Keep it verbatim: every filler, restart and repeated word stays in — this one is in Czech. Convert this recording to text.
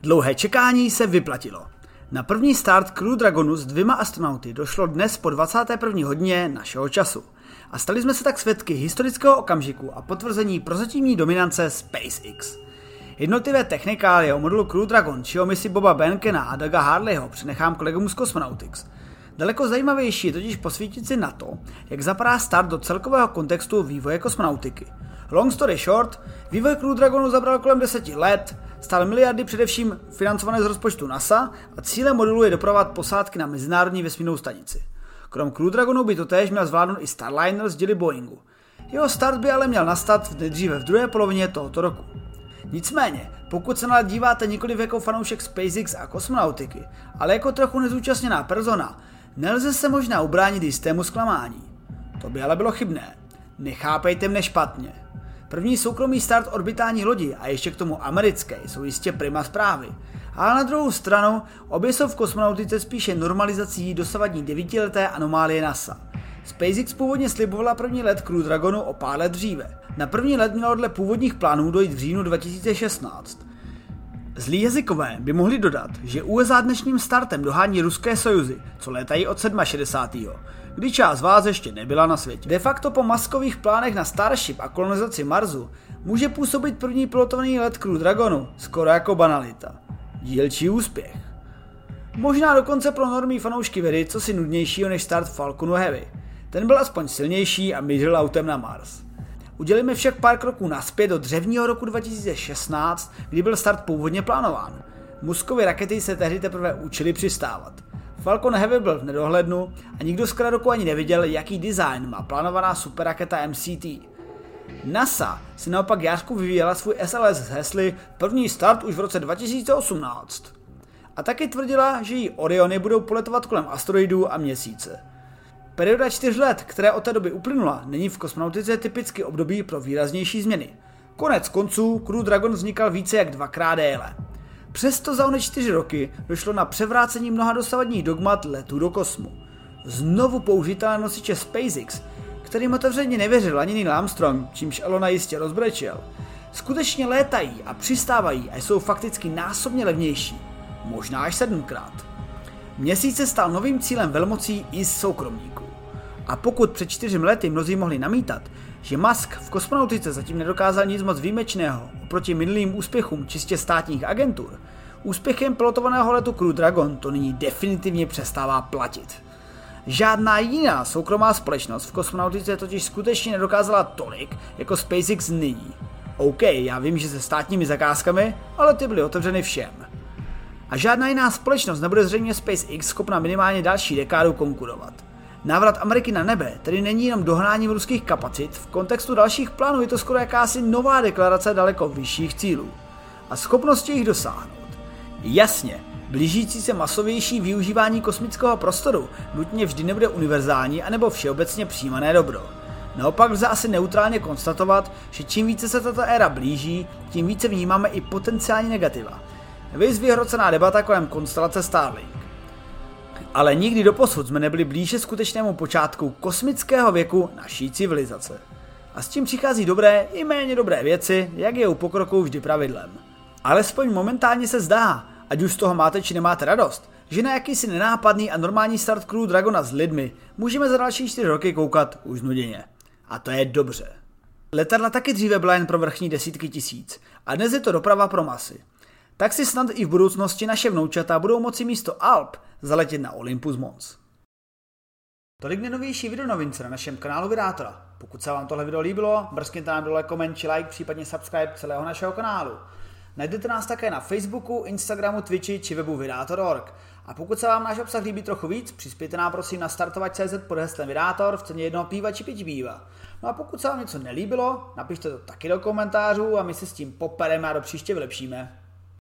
Dlouhé čekání se vyplatilo. Na první start Crew Dragonu s dvěma astronauty došlo dnes po dvacáté první hodině našeho času. A stali jsme se tak svědky historického okamžiku a potvrzení prozatímní dominance SpaceX. Jednotlivé technikálie o modulu Crew Dragon či o misi Boba Benkena a Douga Hurleyho přenechám kolegům z Cosmonautics. Daleko zajímavější je totiž posvítit si na to, jak zapadá start do celkového kontextu vývoje kosmonautiky. Long story short, vývoj Crew Dragonu zabral kolem deseti let, stál miliardy především financované z rozpočtu NASA a cílem modulu je dopravovat posádky na mezinárodní vesmírnou stanici. Krom Crew Dragonu by to též měl zvládnout i Starliner z díly Boeingu. Jeho start by ale měl nastat nejdříve v druhé polovině tohoto roku. Nicméně, pokud se na to díváte nikoliv jako fanoušek SpaceX a kosmonautiky, ale jako trochu nezúčastněná persona, nelze se možná ubránit jistému zklamání. To by ale bylo chybné. Nechápejte mne špatně. První soukromý start orbitální lodi a ještě k tomu americké jsou jistě prima zprávy. Ale na druhou stranu, obě jsou v kosmonautice spíše normalizací dosavadní devítileté anomálie NASA. SpaceX původně slibovala první let Crew Dragonu o pár let dříve. Na první let mělo dle původních plánů dojít v říjnu dva tisíce šestnáct. Zlí jazykové by mohli dodat, že U S A dnešním startem dohání ruské Sojuzy, co létají od šedesátého sedmého kdy část vás ještě nebyla na světě. De facto po maskových plánech na Starship a kolonizaci Marsu může působit první pilotovaný let Crew Dragonu skoro jako banalita. Dílčí úspěch. Možná dokonce pro normální fanoušky vědy co si nudnějšího než start Falconu Heavy. Ten byl aspoň silnější a mířil autem na Mars. Udělíme však pár kroků naspět do dřevního roku dva tisíce šestnáct, kdy byl start původně plánován. Muskovy rakety se tehdy teprve učily přistávat. Falcon Heavy byl v nedohlednu a nikdo z roku ani neviděl, jaký design má plánovaná superraketa M C T. NASA si naopak jářku vyvíjela svůj S L S s hesly první start už v roce dva tisíce osmnáct. A taky tvrdila, že její Oriony budou poletovat kolem asteroidů a měsíce. Perioda čtyř let, které od té doby uplynula, není v kosmonautice typicky období pro výraznější změny. Konec konců Crew Dragon vznikal více jak dvakrát déle. Přesto za ony čtyři roky došlo na převrácení mnoha dosavadních dogmat letů do kosmu. Znovu použitelné nosiče SpaceX, kterým otevřeně nevěřil ani Neil Armstrong, čímž Elona jistě rozbrečel, skutečně létají a přistávají a jsou fakticky násobně levnější. Možná až sedmkrát. Měsíc se stal novým cílem velmocí i soukromníků. A pokud před čtyřmi lety mnozí mohli namítat, že Musk v kosmonautice zatím nedokázal nic moc výjimečného oproti minulým úspěchům čistě státních agentur, úspěchem pilotovaného letu Crew Dragon to nyní definitivně přestává platit. Žádná jiná soukromá společnost v kosmonautice totiž skutečně nedokázala tolik jako SpaceX nyní. OK, já vím, že se státními zakázkami, ale ty byly otevřeny všem. A žádná jiná společnost nebude zřejmě SpaceX schopna minimálně další dekádu konkurovat. Návrat Ameriky na nebe tedy není jenom dohnáním ruských kapacit, v kontextu dalších plánů je to skoro jakási nová deklarace daleko vyšších cílů a schopnosti jich dosáhnout. Jasně, blížící se masovější využívání kosmického prostoru nutně vždy nebude univerzální anebo všeobecně přijímané dobro. Naopak lze asi neutrálně konstatovat, že čím více se tato éra blíží, tím více vnímáme i potenciální negativa. Viz vyhrocená debata kolem konstelace Starlink. Ale nikdy doposud jsme nebyli blíže skutečnému počátku kosmického věku naší civilizace. A s tím přichází dobré i méně dobré věci, jak je u pokroku vždy pravidlem. Alespoň momentálně se zdá, ať už z toho máte či nemáte radost, že na jakýsi nenápadný a normální start Crew Dragona s lidmi můžeme za další čtyři roky koukat už nuděně. A to je dobře. Letadla taky dříve byla jen pro vrchní desítky tisíc a dnes je to doprava pro masy. Tak si snad i v budoucnosti naše vnoučata budou moci místo Alp zaletět na Olympus Mons. Tolik nejnovější videonovince na našem kanálu Vydátora. Pokud se vám tohle video líbilo, mrzkněte nám dole koment či like, případně subscribe celého našeho kanálu. Najdete nás také na Facebooku, Instagramu, Twitchi či webu vydátor tečka org. A pokud se vám náš obsah líbí trochu víc, přispějte nám prosím na startovač tečka cé zet pod heslem Vydátor v ceně jednoho piva či pěti piva. No a pokud se vám něco nelíbilo, napište to taky do komentářů a my se s tím popereme a do příště vylepšíme.